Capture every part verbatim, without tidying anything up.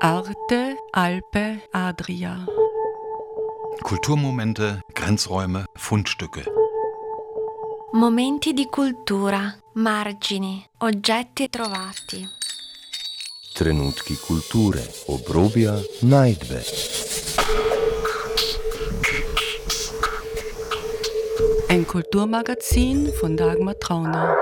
Arte, Alpe, Adria. Kulturmomente, Grenzräume, Fundstücke. Momenti di cultura, margini, oggetti trovati. Trenutki kulture, obrobja, najdbe. Ein Kulturmagazin von Dagmar Trauner.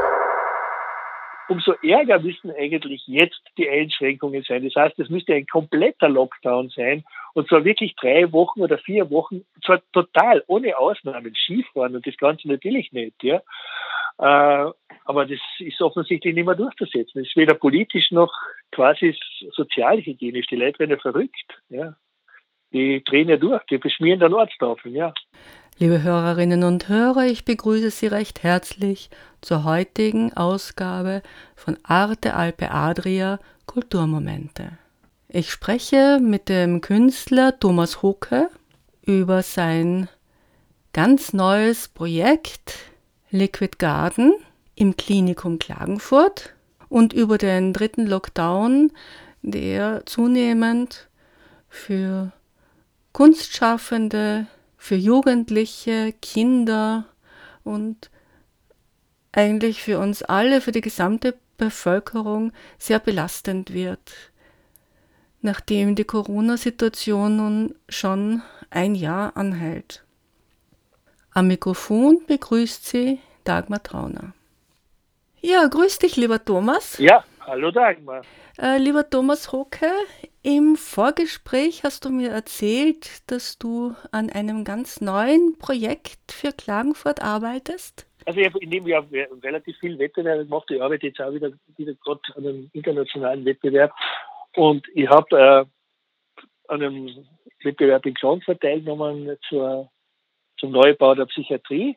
Umso ärger müssen eigentlich jetzt die Einschränkungen sein. Das heißt, es müsste ein kompletter Lockdown sein. Und zwar wirklich drei Wochen oder vier Wochen, zwar total ohne Ausnahmen, Skifahren und das Ganze natürlich nicht. Ja. Äh, aber das ist offensichtlich nicht mehr durchzusetzen. Es ist weder politisch noch quasi sozialhygienisch. Die Leute werden ja verrückt. Ja. Die drehen ja durch, die beschmieren dann Ortstafeln. Ja. Liebe Hörerinnen und Hörer, ich begrüße Sie recht herzlich zur heutigen Ausgabe von Arte, Alpe, Adria Kulturmomente. Ich spreche mit dem Künstler Thomas Hocke über sein ganz neues Projekt Liquid Garden im Klinikum Klagenfurt und über den dritten Lockdown, der zunehmend für Kunstschaffende, für Jugendliche, Kinder und eigentlich für uns alle, für die gesamte Bevölkerung sehr belastend wird, nachdem die Corona-Situation nun schon ein Jahr anhält. Am Mikrofon begrüßt Sie Dagmar Trauner. Ja, grüß dich, lieber Thomas. Ja, hallo Dagmar. Äh, lieber Thomas Hocke, im Vorgespräch hast du mir erzählt, dass du an einem ganz neuen Projekt für Klagenfurt arbeitest. Also ich habe in dem Jahr relativ viel Wettbewerb gemacht. Ich arbeite jetzt auch wieder, wieder gerade an einem internationalen Wettbewerb. Und ich habe äh, an einem Wettbewerb in Klagenfurt teilgenommen zur, zum Neubau der Psychiatrie.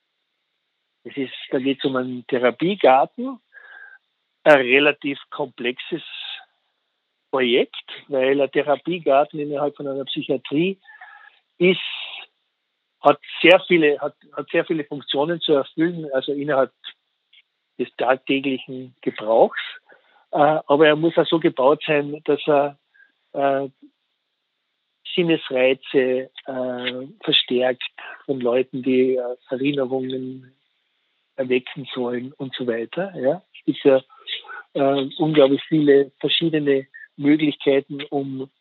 Das ist, da geht es um einen Therapiegarten. Ein relativ komplexes Projekt, weil ein Therapiegarten innerhalb von einer Psychiatrie ist, hat sehr viele, hat, hat sehr viele Funktionen zu erfüllen, also innerhalb des tagtäglichen Gebrauchs. Äh, aber er muss auch so gebaut sein, dass er äh, Sinnesreize äh, verstärkt von Leuten, die äh, Erinnerungen erwecken sollen und so weiter. Ja. Es gibt ja äh, unglaublich viele verschiedene Möglichkeiten, um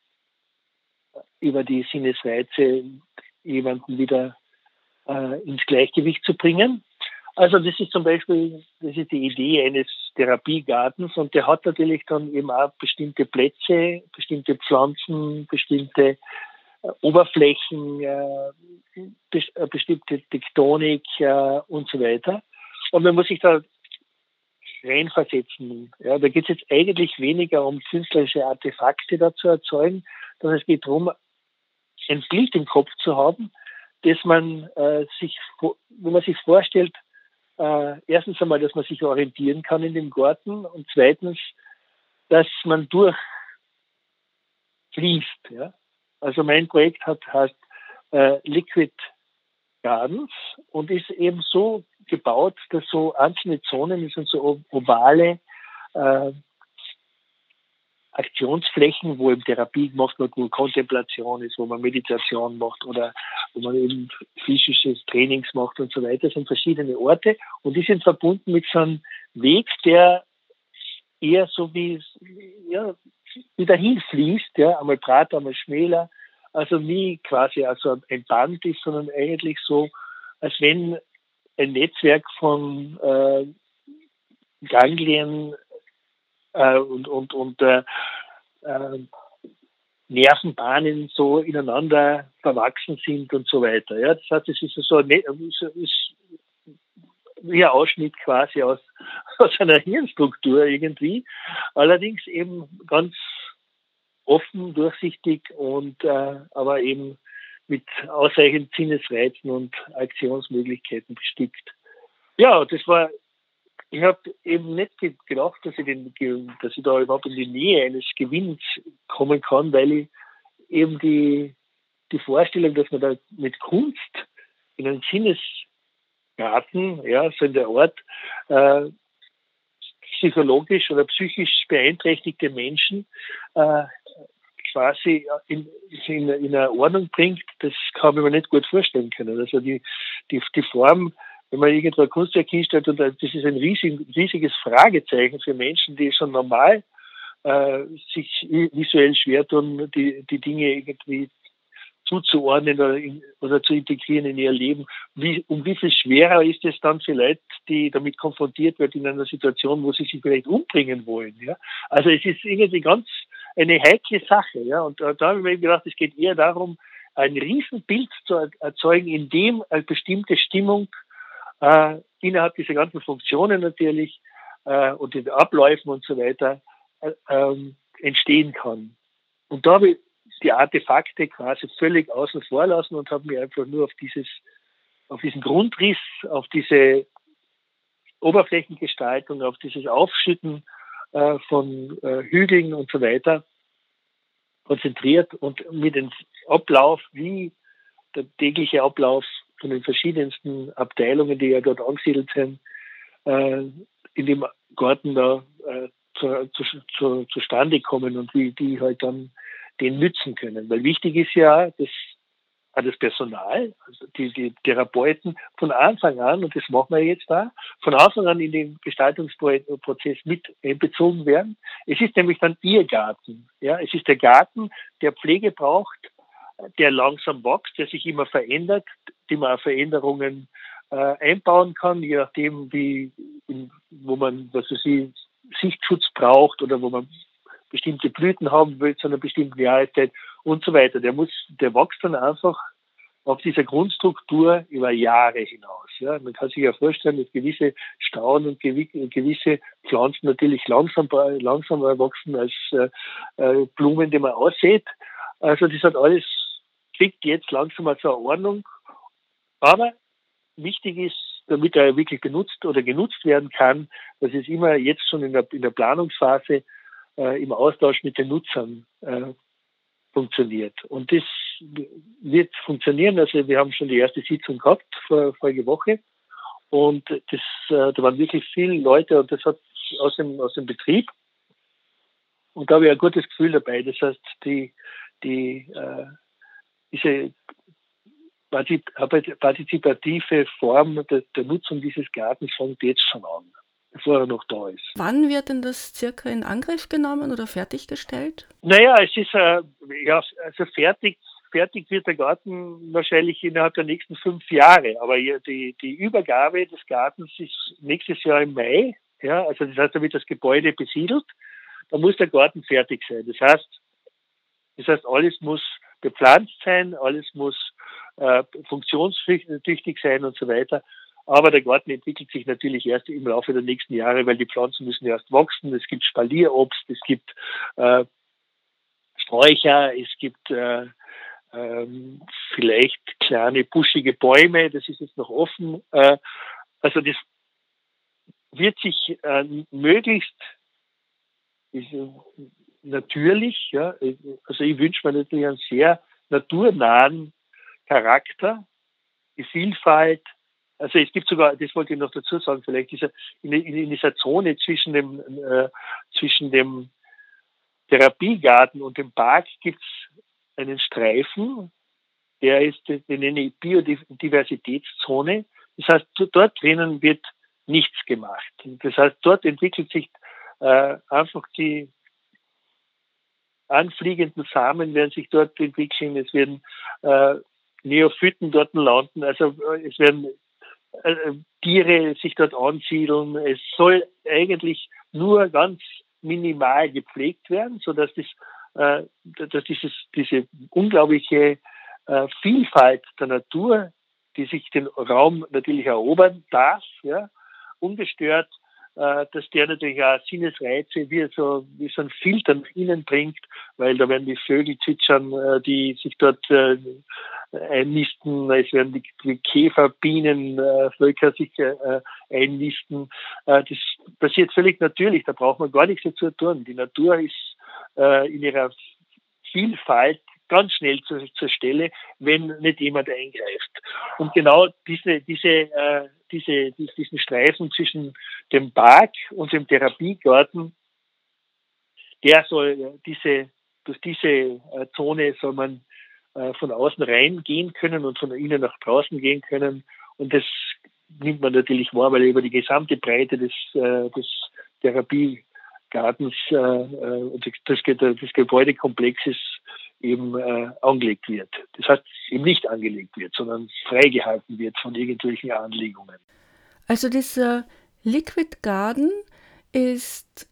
über die Sinnesreize jemanden wieder äh, ins Gleichgewicht zu bringen. Also das ist zum Beispiel, das ist die Idee eines Therapiegartens und der hat natürlich dann eben auch bestimmte Plätze, bestimmte Pflanzen, bestimmte äh, Oberflächen, äh, bes- äh, bestimmte Tektonik äh, und so weiter. Und man muss sich da reinversetzen. Ja, da geht es jetzt eigentlich weniger um künstlerische Artefakte da zu erzeugen, sondern es geht darum, ein Bild im Kopf zu haben, das man äh, sich, wo man sich vorstellt, äh, erstens einmal, dass man sich orientieren kann in dem Garten und zweitens, dass man durchfließt. Ja? Also mein Projekt hat heißt äh, Liquid Gardens und ist eben so gebaut, dass so einzelne Zonen, das sind so ovale äh, Aktionsflächen, wo eben Therapie gemacht wird, wo Kontemplation ist, wo man Meditation macht oder wo man eben physisches Trainings macht und so weiter. Das sind verschiedene Orte und die sind verbunden mit so einem Weg, der eher so wie, ja, wie dahin fließt, ja, einmal breiter, einmal schmäler, also nie quasi also ein Band ist, sondern eigentlich so, als wenn ein Netzwerk von äh, Ganglien äh, und, und, und äh, äh, Nervenbahnen so ineinander verwachsen sind und so weiter. Ja, das heißt, es ist so ein, ist wie ein Ausschnitt quasi aus, aus einer Hirnstruktur irgendwie, allerdings eben ganz offen, durchsichtig und äh, aber eben mit ausreichend Sinnesreizen und Aktionsmöglichkeiten bestückt. Ja, das war, ich habe eben nicht gedacht, dass ich, den, dass ich da überhaupt in die Nähe eines Gewinns kommen kann, weil ich eben die, die Vorstellung, dass man da mit Kunst in einem Sinnesgarten, ja, so in der Art, äh, psychologisch oder psychisch beeinträchtigte Menschen äh, quasi in, in, in eine Ordnung bringt, das kann ich mir nicht gut vorstellen können. Also die, die, die Form, wenn man irgendwo ein Kunstwerk hinstellt, und das ist ein riesig, riesiges Fragezeichen für Menschen, die schon normal äh, sich visuell schwer tun, die, die Dinge irgendwie zuzuordnen oder, in, oder zu integrieren in ihr Leben. Wie, um wie viel schwerer ist es dann für Leute, die damit konfrontiert werden in einer Situation, wo sie sich vielleicht umbringen wollen. Ja? Also es ist irgendwie ganz eine heikle Sache. Ja? Und äh, da habe ich mir gedacht, es geht eher darum, ein Riesenbild zu erzeugen, in dem eine bestimmte Stimmung äh, innerhalb dieser ganzen Funktionen natürlich äh, und den Abläufen und so weiter äh, ähm, entstehen kann. Und da habe ich die Artefakte quasi völlig außen vor lassen und habe mich einfach nur auf dieses, auf diesen Grundriss, auf diese Oberflächengestaltung, auf dieses Aufschütten äh, von äh, Hügeln und so weiter konzentriert und mit dem Ablauf, wie der tägliche Ablauf von den verschiedensten Abteilungen, die ja dort angesiedelt sind, äh, in dem Garten da äh, zu, zu, zu, zustande kommen und wie die halt dann den nützen können. Weil wichtig ist ja, dass das Personal, also die, die Therapeuten von Anfang an, und das machen wir jetzt da, von Anfang an in den Gestaltungsprozess mit einbezogen werden. Es ist nämlich dann ihr Garten. Ja, es ist der Garten, der Pflege braucht, der langsam wächst, der sich immer verändert, die man auch Veränderungen äh, einbauen kann, je nachdem, wie, in, wo man, was weiß ich, Sichtschutz braucht oder wo man bestimmte Blüten haben will zu einer bestimmten Jahreszeit und so weiter. Der muss, der wächst dann einfach auf dieser Grundstruktur über Jahre hinaus. Ja, man kann sich ja vorstellen, dass gewisse Strauhen und gewisse Pflanzen natürlich langsam, langsamer wachsen als äh, Blumen, die man aussät. Also das hat alles, kriegt jetzt langsam mal zur Ordnung. Aber wichtig ist, damit er wirklich benutzt oder genutzt werden kann, dass es immer jetzt schon in der, in der Planungsphase äh, im Austausch mit den Nutzern äh, funktioniert. Und das wird funktionieren. Also wir haben schon die erste Sitzung gehabt vor vorige Woche und das, äh, da waren wirklich viele Leute und das hat aus dem, aus dem Betrieb und da habe ich ein gutes Gefühl dabei. Das heißt, die, die äh, diese partizipative Form der, der Nutzung dieses Gartens fängt jetzt schon an, bevor er noch da ist. Wann wird denn das circa in Angriff genommen oder fertiggestellt? Naja, es ist, äh, ja, also fertig, fertig wird der Garten wahrscheinlich innerhalb der nächsten fünf Jahre. Aber die, die Übergabe des Gartens ist nächstes Jahr im Mai. Ja, also das heißt, da wird das Gebäude besiedelt. Da muss der Garten fertig sein. Das heißt, das heißt, alles muss bepflanzt sein, alles muss äh, funktionstüchtig sein und so weiter. Aber der Garten entwickelt sich natürlich erst im Laufe der nächsten Jahre, weil die Pflanzen müssen erst wachsen. Es gibt Spalierobst, es gibt äh, Sträucher, es gibt äh, ähm, vielleicht kleine buschige Bäume. Das ist jetzt noch offen. Äh, also das wird sich äh, möglichst ist, äh, natürlich, ja, also ich wünsche mir natürlich einen sehr naturnahen Charakter, die Vielfalt. Also es gibt sogar, das wollte ich noch dazu sagen, vielleicht dieser, in, in dieser Zone zwischen dem, äh, zwischen dem Therapiegarten und dem Park gibt es einen Streifen, der ist, den nenne ich Biodiversitätszone. Das heißt, dort drinnen wird nichts gemacht. Das heißt, dort entwickelt sich äh, einfach die anfliegenden Samen werden sich dort entwickeln, es werden äh, Neophyten dort landen, also äh, es werden äh, Tiere sich dort ansiedeln. Es soll eigentlich nur ganz minimal gepflegt werden, sodass das, äh, dass dieses, diese unglaubliche äh, Vielfalt der Natur, die sich den Raum natürlich erobern darf, ja, ungestört, dass der natürlich auch Sinnesreize wie so, wie so ein Filter nach innen bringt, weil da werden die Vögel zwitschern, die sich dort äh, einnisten, es werden die, die Käfer, Bienen, äh, Völker sich äh, einnisten. Äh, das passiert völlig natürlich, da braucht man gar nichts dazu tun. Die Natur ist äh, in ihrer Vielfalt ganz schnell zur, zur Stelle, wenn nicht jemand eingreift. Und genau diese, diese, äh, diese, diesen Streifen zwischen dem Park und dem Therapiegarten, der soll diese durch diese äh, Zone soll man äh, von außen reingehen können und von innen nach draußen gehen können. Und das nimmt man natürlich wahr, weil über die gesamte Breite des, äh, des Therapiegartens äh, äh, des, des Gebäudekomplexes eben äh, angelegt wird. Das heißt, eben nicht angelegt wird, sondern freigehalten wird von irgendwelchen Anlegungen. Also dieser Liquid Garden ist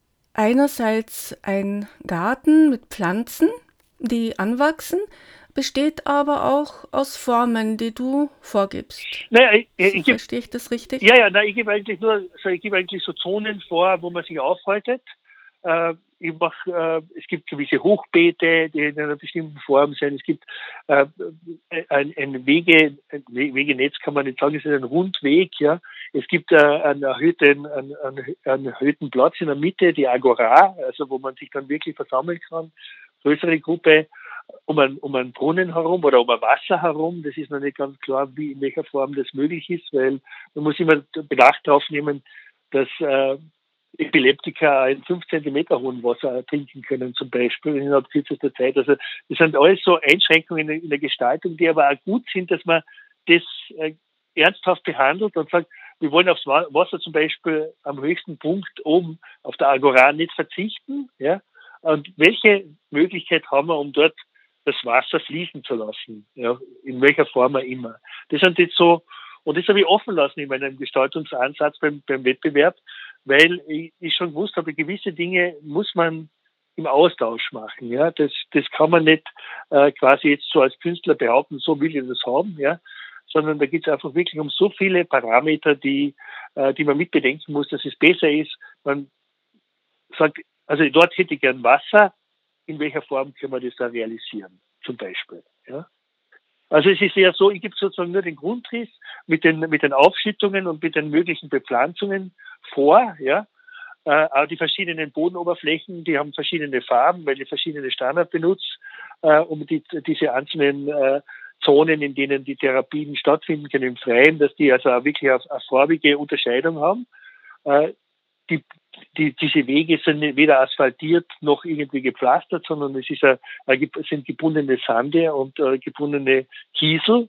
einerseits ein Garten mit Pflanzen, die anwachsen, besteht aber auch aus Formen, die du vorgibst. Naja, ich, So, ich, verstehe ich das richtig? Ja, ja, na, ich gebe eigentlich nur, also ich gebe eigentlich so Zonen vor, wo man sich aufhaltet. Äh, ich mach, äh, es gibt gewisse Hochbeete, die in einer bestimmten Form sind. Es gibt äh, ein, ein Wege, ein Wegenetz kann man nicht sagen, es ist ein Rundweg. Ja, es gibt äh, einen erhöhten, einen, einen erhöhten Platz in der Mitte, die Agora, also wo man sich dann wirklich versammeln kann, größere Gruppe. Um einen, um einen Brunnen herum oder um ein Wasser herum. Das ist noch nicht ganz klar, wie in welcher Form das möglich ist, weil man muss immer Bedacht darauf nehmen, dass äh, Epileptiker ein fünf Zentimeter hohen Wasser trinken können, zum Beispiel innerhalb kürzester Zeit. Also das sind alles so Einschränkungen in der, in der Gestaltung, die aber auch gut sind, dass man das äh, ernsthaft behandelt und sagt, wir wollen aufs Wasser zum Beispiel am höchsten Punkt oben auf der Agora nicht verzichten. Ja? Und welche Möglichkeit haben wir, um dort das Wasser fließen zu lassen, ja, in welcher Form auch immer. Das sind jetzt so, und das habe ich offen lassen in meinem Gestaltungsansatz beim, beim Wettbewerb, weil ich, ich schon gewusst habe, gewisse Dinge muss man im Austausch machen. Ja, das, das kann man nicht äh, quasi jetzt so als Künstler behaupten, so will ich das haben, ja, sondern da geht es einfach wirklich um so viele Parameter, die, äh, die man mitbedenken muss, dass es besser ist. Man sagt, also dort hätte ich gern Wasser. In welcher Form können wir das da realisieren, zum Beispiel. Ja? Also es ist eher so, ich gebe sozusagen nur den Grundriss mit den, mit den Aufschüttungen und mit den möglichen Bepflanzungen vor. Ja? Äh, auch die verschiedenen Bodenoberflächen, die haben verschiedene Farben, weil ich verschiedene Standard benutze, äh, um die, diese einzelnen äh, Zonen, in denen die Therapien stattfinden können im Freien, dass die also auch wirklich eine, eine farbige Unterscheidung haben. Äh, die Die, diese Wege sind weder asphaltiert noch irgendwie gepflastert, sondern es ist a, a, sind gebundene Sande und äh, gebundene Kiesel,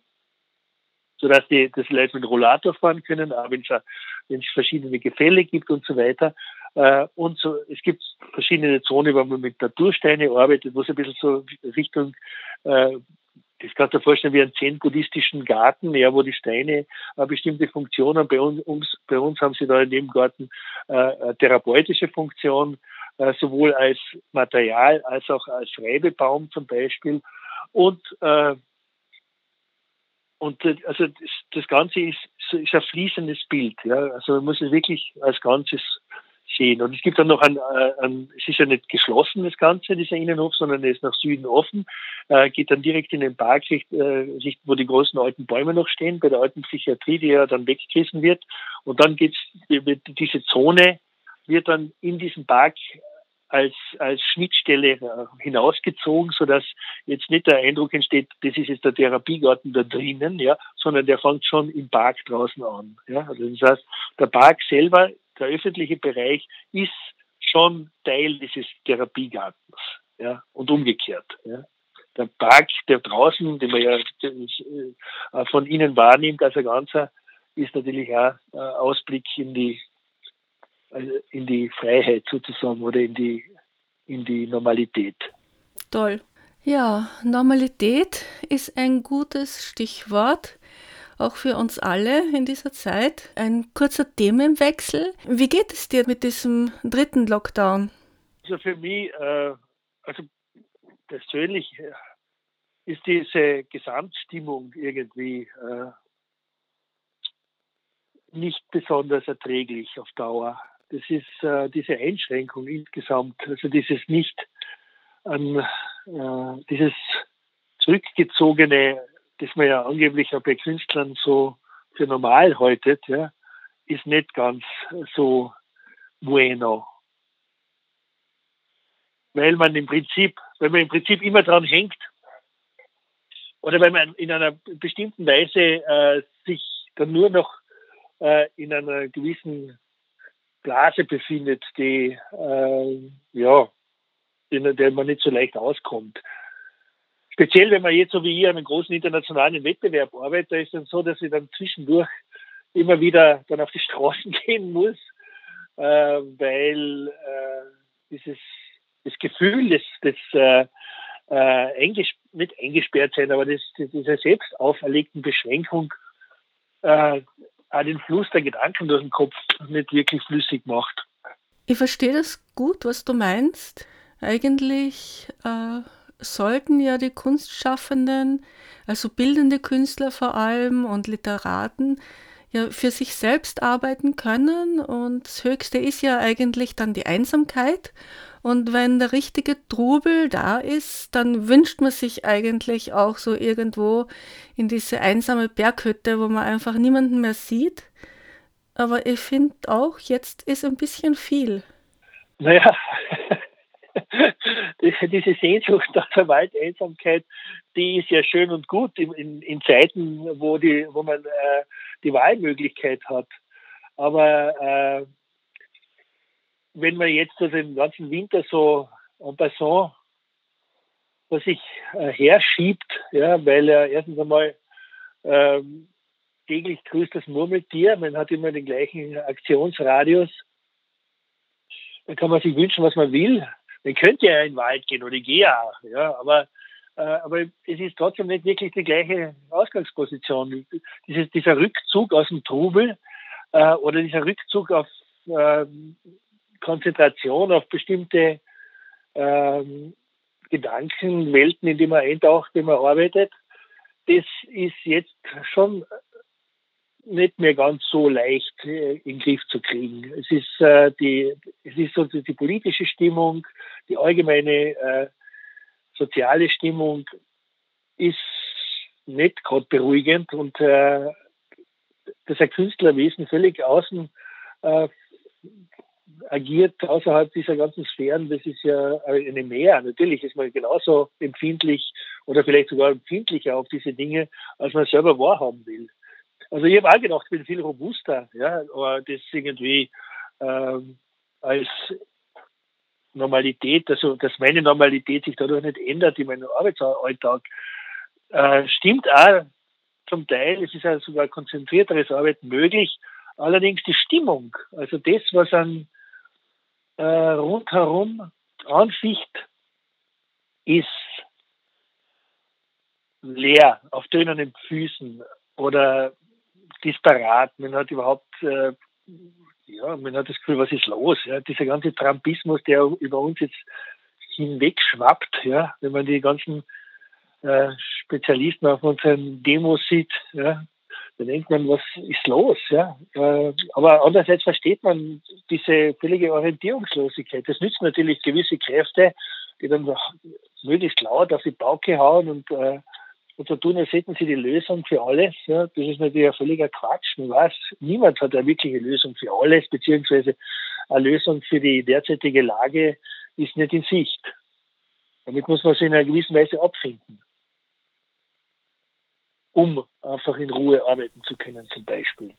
sodass die, das Leute mit Rollator fahren können, auch wenn es verschiedene Gefälle gibt und so weiter. Äh, und so, es gibt verschiedene Zonen, wo man mit Natursteine arbeitet, wo es ein bisschen so Richtung äh, das kannst du dir vorstellen wie einen zen-buddhistischen Garten, ja, wo die Steine eine bestimmte Funktion haben. Bei uns, bei uns haben sie da in dem Garten äh, eine therapeutische Funktion, äh, sowohl als Material als auch als Reibebaum zum Beispiel. Und, äh, und äh, also das, das Ganze ist, ist ein fließendes Bild. Ja. Also man muss es wirklich als Ganzes sehen. Und es gibt dann noch ein, ein, es ist ja nicht geschlossen, das Ganze, dieser Innenhof, sondern er ist nach Süden offen, äh, geht dann direkt in den Park, äh, wo die großen alten Bäume noch stehen, bei der alten Psychiatrie, die ja dann weggerissen wird. Und dann geht's, diese Zone wird dann in diesem Park als, als Schnittstelle hinausgezogen, sodass jetzt nicht der Eindruck entsteht, das ist jetzt der Therapiegarten da drinnen, ja, sondern der fängt schon im Park draußen an. Ja. Also das heißt, der Park selber, der öffentliche Bereich, ist schon Teil dieses Therapiegartens, ja, und umgekehrt. Ja. Der Park, der draußen, den man ja äh, von innen wahrnimmt als ein Ganzer, ist natürlich auch ein Ausblick in die also in die Freiheit sozusagen oder in die in die Normalität. Toll. Ja, Normalität ist ein gutes Stichwort, auch für uns alle in dieser Zeit. Ein kurzer Themenwechsel. Wie geht es dir mit diesem dritten Lockdown? Also für mich, äh, also persönlich ist diese Gesamtstimmung irgendwie äh, nicht besonders erträglich auf Dauer. Das ist äh, diese Einschränkung insgesamt, also dieses nicht an äh, dieses zurückgezogene, das man ja angeblich auch bei Künstlern so für normal haltet, ja, ist nicht ganz so bueno. Weil man im Prinzip, wenn man im Prinzip immer dran hängt, oder wenn man in einer bestimmten Weise äh, sich dann nur noch äh, in einer gewissen Blase befindet, die äh, ja den, der man nicht so leicht auskommt. Speziell, wenn man jetzt so wie ich an einem großen internationalen Wettbewerb arbeitet, da ist dann so, dass ich dann zwischendurch immer wieder dann auf die Straßen gehen muss, äh, weil äh, dieses das Gefühl des, des äh, äh, einges nicht eingesperrt sein, aber das, das, dieser selbst auferlegten Beschränkung äh, auch den Fluss der Gedanken durch den Kopf nicht wirklich flüssig macht. Ich verstehe das gut, was du meinst. Eigentlich äh, sollten ja die Kunstschaffenden, also bildende Künstler vor allem und Literaten, ja für sich selbst arbeiten können, und das Höchste ist ja eigentlich dann die Einsamkeit. Und wenn der richtige Trubel da ist, dann wünscht man sich eigentlich auch so irgendwo in diese einsame Berghütte, wo man einfach niemanden mehr sieht. Aber ich finde auch, jetzt ist ein bisschen viel. Naja, diese Sehnsucht nach der Waldeinsamkeit, die ist ja schön und gut in, in, in Zeiten, wo, die, wo man äh, die Wahlmöglichkeit hat. Aber äh, wenn man jetzt so den ganzen Winter so en passant vor sich äh, herschiebt, ja, weil er erstens einmal ähm, täglich grüßt das Murmeltier, man hat immer den gleichen Aktionsradius, dann kann man sich wünschen, was man will. Man könnte ja in den Wald gehen oder ich gehe auch, ja, aber, äh, aber es ist trotzdem nicht wirklich die gleiche Ausgangsposition. Dieses, dieser Rückzug aus dem Trubel äh, oder dieser Rückzug auf äh, Konzentration auf bestimmte ähm, Gedankenwelten, in die man eintaucht, in die man arbeitet, das ist jetzt schon nicht mehr ganz so leicht äh, in den Griff zu kriegen. Es ist äh, die, es ist so die, die politische Stimmung, die allgemeine äh, soziale Stimmung ist nicht gerade beruhigend, und äh, dass ein Künstlerwesen völlig außen äh, agiert, außerhalb dieser ganzen Sphären, das ist ja eine Mehr. Natürlich ist man genauso empfindlich oder vielleicht sogar empfindlicher auf diese Dinge, als man selber wahrhaben will. Also ich habe auch gedacht, ich bin viel robuster, ja, aber das irgendwie ähm, als Normalität, also dass meine Normalität sich dadurch nicht ändert in meinem Arbeitsalltag, äh, stimmt auch zum Teil. Es ist ja sogar konzentrierteres Arbeiten möglich. Allerdings die Stimmung, also das, was an äh, rundherum anficht, ist leer, auf dönernen Füßen oder disparat. Man hat überhaupt, äh, ja, man hat das Gefühl, was ist los? Ja? Dieser ganze Trumpismus, der über uns jetzt hinwegschwappt, ja, wenn man die ganzen äh, Spezialisten auf unseren Demos sieht, ja, dann denkt man, was ist los? Ja? Äh, aber andererseits versteht man diese völlige Orientierungslosigkeit. Das nützt natürlich gewisse Kräfte, die dann möglichst laut auf die Pauke hauen und äh, und so tun, als hätten sie die Lösung für alles. Ja, das ist natürlich ein völliger Quatsch. Man weiß, niemand hat eine wirkliche Lösung für alles, beziehungsweise eine Lösung für die derzeitige Lage ist nicht in Sicht. Damit muss man sich in einer gewissen Weise abfinden, um einfach in Ruhe arbeiten zu können, zum Beispiel.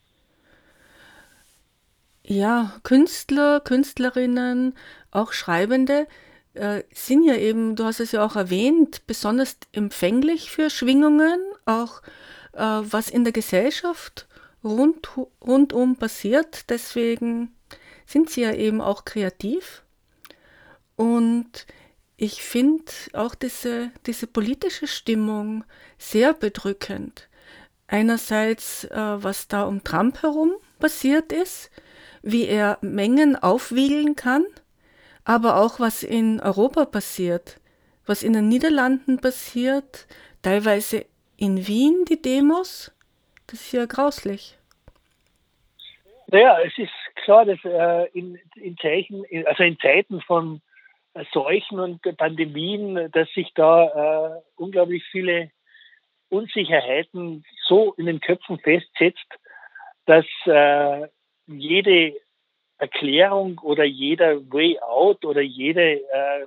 Ja, Künstler, Künstlerinnen, auch Schreibende äh, sind ja eben, du hast es ja auch erwähnt, besonders empfänglich für Schwingungen, auch äh, was in der Gesellschaft rund, rundum passiert. Deswegen sind sie ja eben auch kreativ. Und ich finde auch diese, diese politische Stimmung sehr bedrückend. Einerseits, äh, was da um Trump herum passiert ist, wie er Mengen aufwiegeln kann, aber auch was in Europa passiert, was in den Niederlanden passiert, teilweise in Wien die Demos, das ist ja grauslich. Naja, es ist klar, dass äh, in, in, Zeichen, also in Zeiten von äh, Seuchen und Pandemien, dass sich da äh, unglaublich viele Unsicherheiten so in den Köpfen festsetzt, dass äh, jede Erklärung oder jeder Way Out oder jede äh,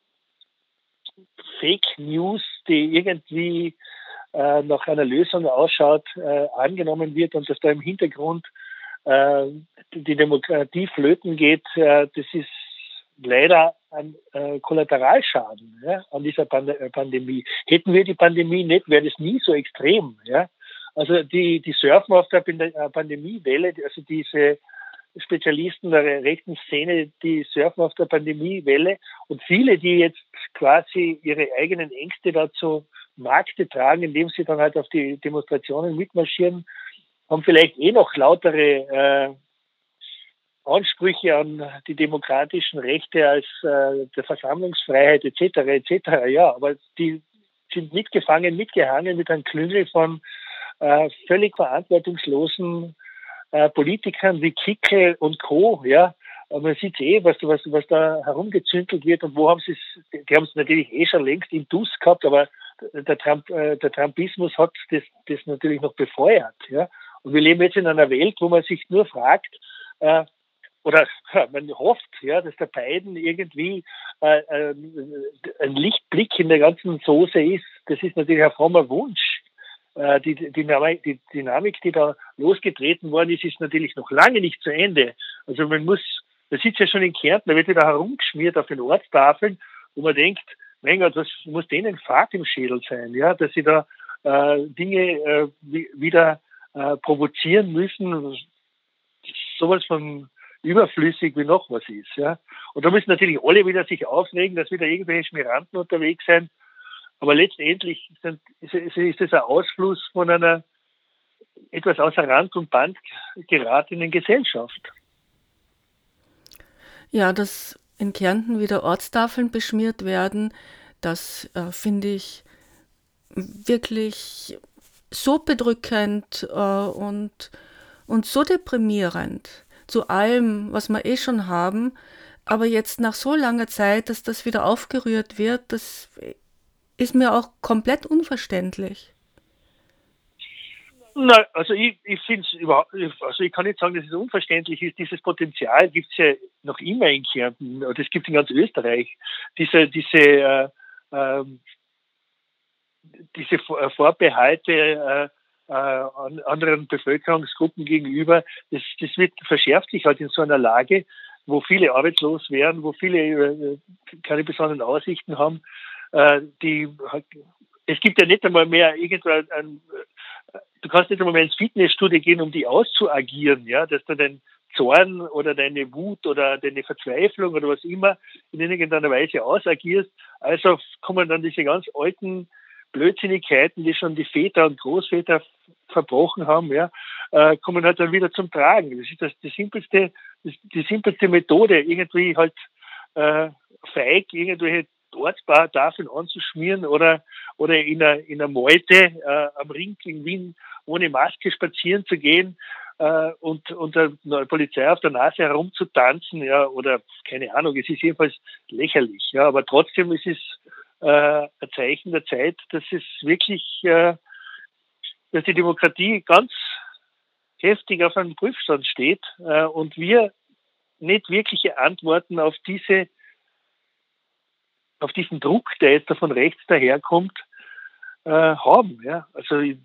Fake News, die irgendwie äh, nach einer Lösung ausschaut, äh, angenommen wird und dass da im Hintergrund äh, die Demokratie flöten geht, äh, das ist leider einen äh, Kollateralschaden, ja, an dieser Pand äh, Pandemie. Hätten wir die Pandemie nicht, wäre das nie so extrem. Ja. Also die, die surfen auf der Pandemiewelle, also diese Spezialisten der rechten Szene, die surfen auf der Pandemiewelle, und viele, die jetzt quasi ihre eigenen Ängste dazu Markte tragen, indem sie dann halt auf die Demonstrationen mitmarschieren, haben vielleicht eh noch lautere äh, Ansprüche an die demokratischen Rechte als äh, der Versammlungsfreiheit et cetera et cetera. Ja, aber die sind mitgefangen, mitgehangen mit einem Klüngel von äh, völlig verantwortungslosen äh, Politikern wie Kickl und Co. Ja, aber man sieht eh, was, was, was da herumgezündelt wird, und wo haben sie es, die haben es natürlich eh schon längst in Dus gehabt, aber der, Trump, äh, der Trumpismus hat das, das natürlich noch befeuert. Ja. Und wir leben jetzt in einer Welt, wo man sich nur fragt, äh, oder man hofft, ja, dass der Biden irgendwie äh, äh, ein Lichtblick in der ganzen Soße ist. Das ist natürlich ein frommer Wunsch. Äh, die, die, die Dynamik, die da losgetreten worden ist, ist natürlich noch lange nicht zu Ende. Also man muss, man sitzt ja schon in Kärnten, da wird ja da herumgeschmiert auf den Ortstafeln, wo man denkt, mein Gott, was muss denen Fahrt im Schädel sein, ja, dass sie da äh, Dinge äh, wieder äh, provozieren müssen, sowas von überflüssig wie noch was ist, ja. Und da müssen natürlich alle wieder sich aufregen, dass wieder irgendwelche Schmieranten unterwegs sind. Aber letztendlich sind, ist, ist es ein Ausfluss von einer etwas außer Rand und Band geratenen Gesellschaft. Ja, dass in Kärnten wieder Ortstafeln beschmiert werden, das äh, finde ich wirklich so bedrückend äh, und, und so deprimierend zu allem, was wir eh schon haben, aber jetzt nach so langer Zeit, dass das wieder aufgerührt wird, das ist mir auch komplett unverständlich. Nein, also ich, ich finde es überhaupt, also ich kann nicht sagen, dass es unverständlich ist. Dieses Potenzial gibt es ja noch immer in Kärnten, und es gibt in ganz Österreich. Diese, diese, äh, äh, diese Vorbehalte äh, äh, an anderen Bevölkerungsgruppen gegenüber, das, das wird verschärft sich halt in so einer Lage, wo viele arbeitslos werden, wo viele äh, keine besonderen Aussichten haben. Äh, die, es gibt ja nicht einmal mehr irgendwo ein, ein, du kannst nicht einmal mehr ins Fitnessstudio gehen, um die auszuagieren, ja, dass du deinen Zorn oder deine Wut oder deine Verzweiflung oder was immer in irgendeiner Weise ausagierst. Also kommen dann diese ganz alten Blödsinnigkeiten, die schon die Väter und Großväter verbrochen haben, ja, äh, kommen halt dann wieder zum Tragen. Das ist das, die simpelste, das, die simpelste Methode, irgendwie halt äh, feig irgendwelche Ortstafeln anzuschmieren oder oder in einer in einer Meute äh, am Ring in Wien ohne Maske spazieren zu gehen äh, und und der Polizei auf der Nase herumzutanzen, ja, oder keine Ahnung. Es ist jedenfalls lächerlich, ja, aber trotzdem ist es äh, ein Zeichen der Zeit, dass es wirklich, äh, dass die Demokratie ganz heftig auf einem Prüfstand steht äh, und wir nicht wirkliche Antworten auf diese, auf diesen Druck, der jetzt da von rechts daherkommt, äh, haben. Ja? Also in,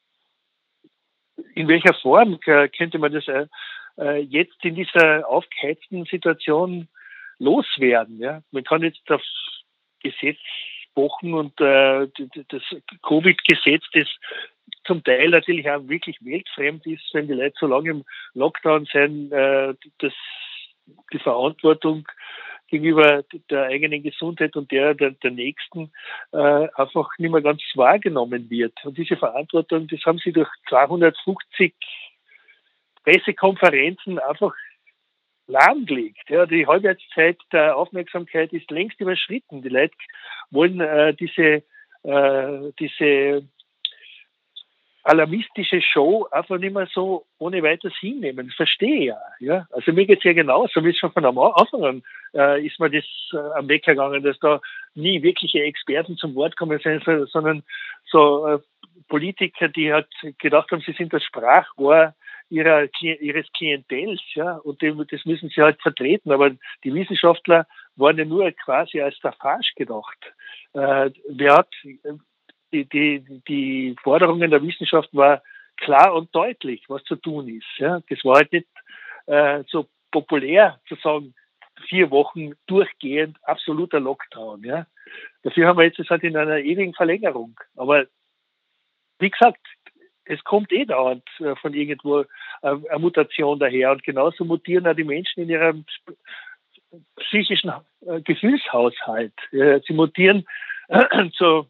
in welcher Form äh, könnte man das äh, jetzt in dieser aufgeheizten Situation loswerden? Ja? Man kann jetzt auf Gesetz pochen und äh, das Covid-Gesetz, das zum Teil natürlich auch wirklich weltfremd ist, wenn die Leute so lange im Lockdown sind, äh, dass die Verantwortung gegenüber der eigenen Gesundheit und der der, der Nächsten äh, einfach nicht mehr ganz wahrgenommen wird. Und diese Verantwortung, das haben sie durch zweihundertfünfzig Pressekonferenzen einfach lahmgelegt. Ja, die Halbwertszeit der Aufmerksamkeit ist längst überschritten. Die Leute wollen äh, diese, äh, diese alarmistische Show einfach nicht mehr so ohne weiteres hinnehmen. Das verstehe ich ja. ja. Also mir geht es ja genauso, wie schon von am Anfang an äh, ist mir das äh, am Weg gegangen, dass da nie wirkliche Experten zum Wort kommen sind, sondern so äh, Politiker, die halt gedacht haben, sie sind das Sprachrohr ihrer, ihres Klientels, ja, und dem, das müssen sie halt vertreten. Aber die Wissenschaftler waren ja nur quasi als Staffage gedacht. Äh, wer hat Die, die, die Forderungen der Wissenschaft war klar und deutlich, was zu tun ist. Ja. Das war halt nicht äh, so populär zu sagen, vier Wochen durchgehend absoluter Lockdown. Ja. Dafür haben wir jetzt halt in einer ewigen Verlängerung. Aber wie gesagt, es kommt eh dauernd äh, von irgendwo äh, eine Mutation daher. Und genauso mutieren auch die Menschen in ihrem psychischen äh, Gefühlshaushalt. Äh, sie mutieren äh, zu,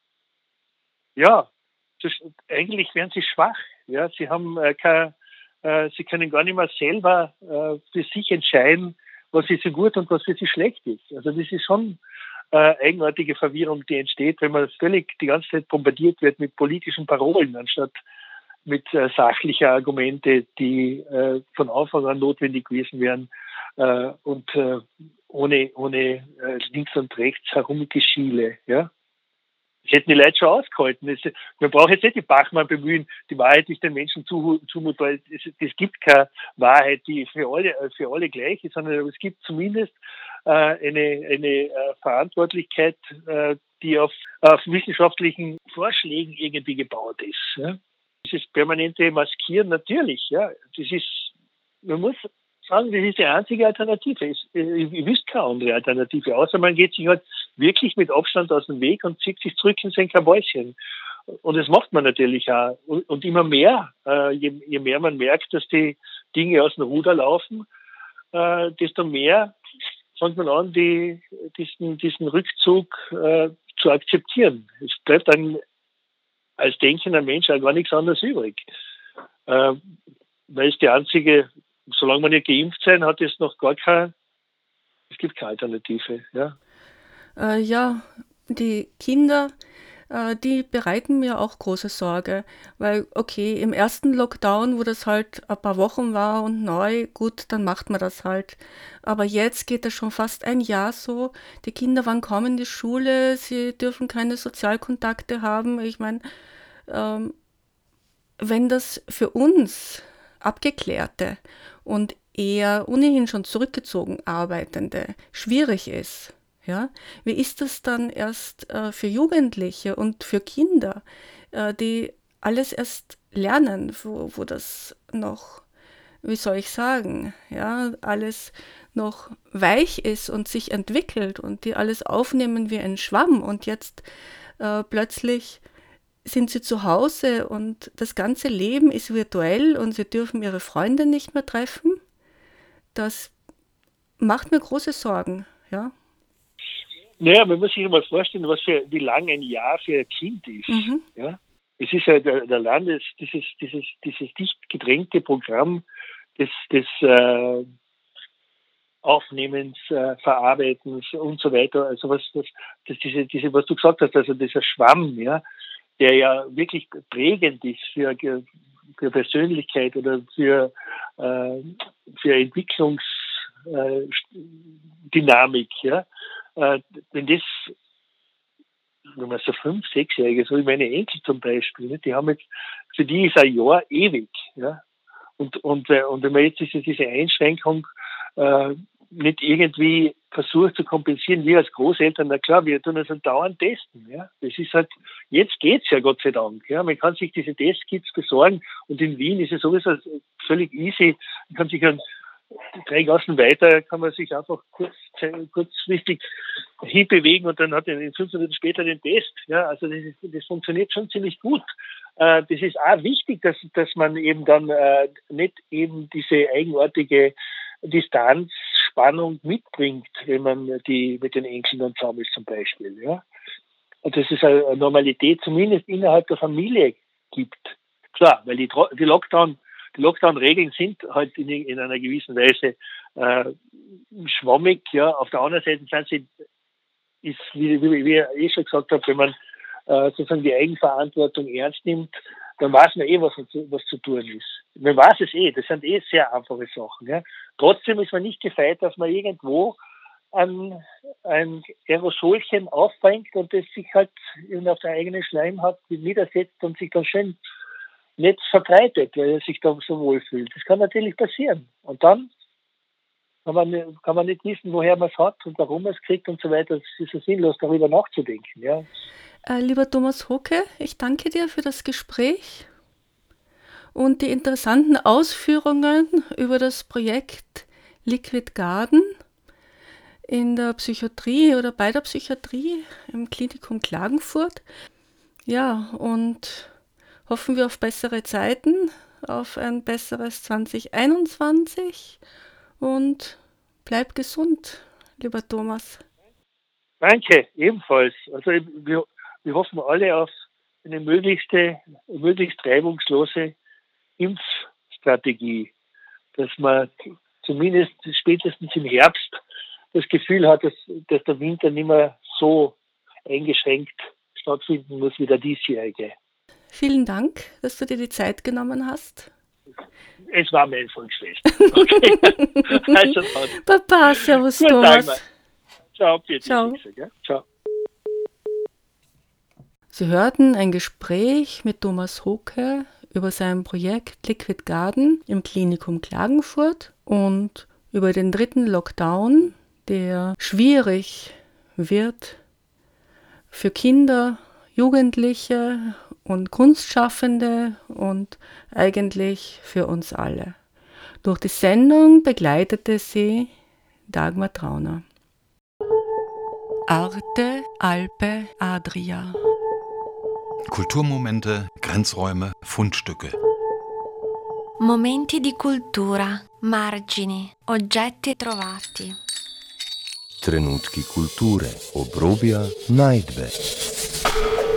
ja, zu, eigentlich werden sie schwach. Ja, sie haben äh, kein, äh, sie können gar nicht mehr selber äh, für sich entscheiden, was für sie gut und was für sie schlecht ist. Also das ist schon äh, eigenartige Verwirrung, die entsteht, wenn man völlig die ganze Zeit bombardiert wird mit politischen Parolen, anstatt mit äh, sachlicher Argumente, die äh, von Anfang an notwendig gewesen wären äh, und äh, ohne, ohne äh, links und rechts herumgeschiele. Ja? Das hätten die Leute schon ausgehalten. Das, man braucht jetzt nicht die Bachmann bemühen, die Wahrheit ist den Menschen zumutbar, weil es, es gibt keine Wahrheit, die für alle, für alle gleich ist, sondern es gibt zumindest äh, eine, eine äh, Verantwortlichkeit, äh, die auf, auf wissenschaftlichen Vorschlägen irgendwie gebaut ist. Ja? Dieses permanente Maskieren, natürlich, ja, das ist, man muss sagen, das ist die einzige Alternative. Ich, ich wüsste keine andere Alternative, außer man geht sich halt wirklich mit Abstand aus dem Weg und zieht sich zurück in sein Kabäuschen. Und das macht man natürlich auch. Und, und immer mehr, äh, je, je mehr man merkt, dass die Dinge aus dem Ruder laufen, äh, desto mehr fängt man an, die, diesen, diesen Rückzug äh, zu akzeptieren. Es bleibt dann als denkender Mensch auch gar nichts anderes übrig. Äh, weil es die einzige, solange man nicht geimpft sein, hat es noch gar keine, es gibt keine Alternative. Ja, äh, ja die Kinder, äh, die bereiten mir auch große Sorge, weil, okay, im ersten Lockdown, wo das halt ein paar Wochen war und neu, gut, dann macht man das halt. Aber jetzt geht es schon fast ein Jahr so, die Kinder waren kaum in die Schule, sie dürfen keine Sozialkontakte haben. Ich meine, ähm, wenn das für uns Abgeklärte und eher ohnehin schon zurückgezogen Arbeitende schwierig ist, ja, wie ist das dann erst äh, für Jugendliche und für Kinder, äh, die alles erst lernen, wo, wo das noch, wie soll ich sagen, ja, alles noch weich ist und sich entwickelt und die alles aufnehmen wie ein Schwamm und jetzt äh, plötzlich sind sie zu Hause und das ganze Leben ist virtuell und sie dürfen ihre Freunde nicht mehr treffen. Das macht mir große Sorgen, ja. Naja, man muss sich mal vorstellen, was für, wie lang ein Jahr für ein Kind ist. Mhm. Ja? Es ist ja der, der Landes, dieses, dieses, dieses dicht gedrängte Programm des, des äh, Aufnehmens, äh, Verarbeitens und so weiter. Also was, das, das diese, diese, was du gesagt hast, also dieser Schwamm, ja, der ja wirklich prägend ist für, für Persönlichkeit oder für, äh, für Entwicklungsdynamik. Äh, ja? Äh, wenn das, wenn man so fünf, sechsjährige, so wie meine Enkel zum Beispiel, ne, die haben jetzt, für die ist ein Jahr ewig. Ja? Und, und, äh, und wenn man jetzt diese, diese Einschränkung äh, nicht irgendwie versucht zu kompensieren, wir als Großeltern, na klar, wir tun uns dauernd testen. Ja. Das ist halt, jetzt geht's ja Gott sei Dank. Ja. Man kann sich diese Testkits besorgen und in Wien ist es sowieso völlig easy. Man kann sich an drei Gassen weiter, kann man sich einfach kurz, kurzfristig hinbewegen und dann hat er in fünf Minuten später den Test. Ja. Also das, ist, das funktioniert schon ziemlich gut. Äh, das ist auch wichtig, dass, dass man eben dann äh, nicht eben diese eigenartige Distanz, Spannung mitbringt, wenn man die mit den Enkeln dann zusammen ist zum Beispiel. Ja? Und dass es eine Normalität zumindest innerhalb der Familie gibt. Klar, weil die, die Lockdown, die Lockdown-Regeln sind halt in, in einer gewissen Weise äh, schwammig. Ja? Auf der anderen Seite sind sie, ist, wie, wie, wie ich eh schon gesagt habe, wenn man äh, sozusagen die Eigenverantwortung ernst nimmt, dann weiß man eh, was, was zu tun ist. Man weiß es eh, das sind eh sehr einfache Sachen. Ja. Trotzdem ist man nicht gefeit, dass man irgendwo ein, ein Aerosolchen aufbringt und das sich halt auf der eigenen Schleimhaut niedersetzt und sich dann schön nicht verbreitet, weil er sich da so wohlfühlt. Das kann natürlich passieren. Und dann kann man, kann man nicht wissen, woher man es hat und warum man es kriegt und so weiter. Es ist so sinnlos, darüber nachzudenken. Ja. Äh, lieber Thomas Hocke, ich danke dir für das Gespräch und die interessanten Ausführungen über das Projekt Liquid Garden. in der Psychiatrie oder bei der Psychiatrie im Klinikum Klagenfurt. Ja, und hoffen wir auf bessere Zeiten, auf ein besseres zwanzig einundzwanzig und bleib gesund, lieber Thomas. Danke, ebenfalls. Also wir, wir hoffen alle auf eine möglichste, möglichst reibungslose Impfstrategie, dass man zumindest spätestens im Herbst das Gefühl hat, dass, dass der Winter nicht mehr so eingeschränkt stattfinden muss wie der diesjährige. Vielen Dank, dass du dir die Zeit genommen hast. Es war mein Volksfest. Okay. Also dann. Baba, servus Gut, Thomas. Ciao, bitte. Ciao. Ciao. Sie hörten ein Gespräch mit Thomas Hoke über sein Projekt Liquid Garden im Klinikum Klagenfurt und über den dritten Lockdown, der schwierig wird für Kinder, Jugendliche und Kunstschaffende und eigentlich für uns alle. Durch die Sendung begleitete sie Dagmar Trauner. Arte, Alpe, Adria. Kulturmomente, Grenzräume, Fundstücke. Momenti di cultura, margini, oggetti trovati. Trenutki kulture, obrobja, najdbe.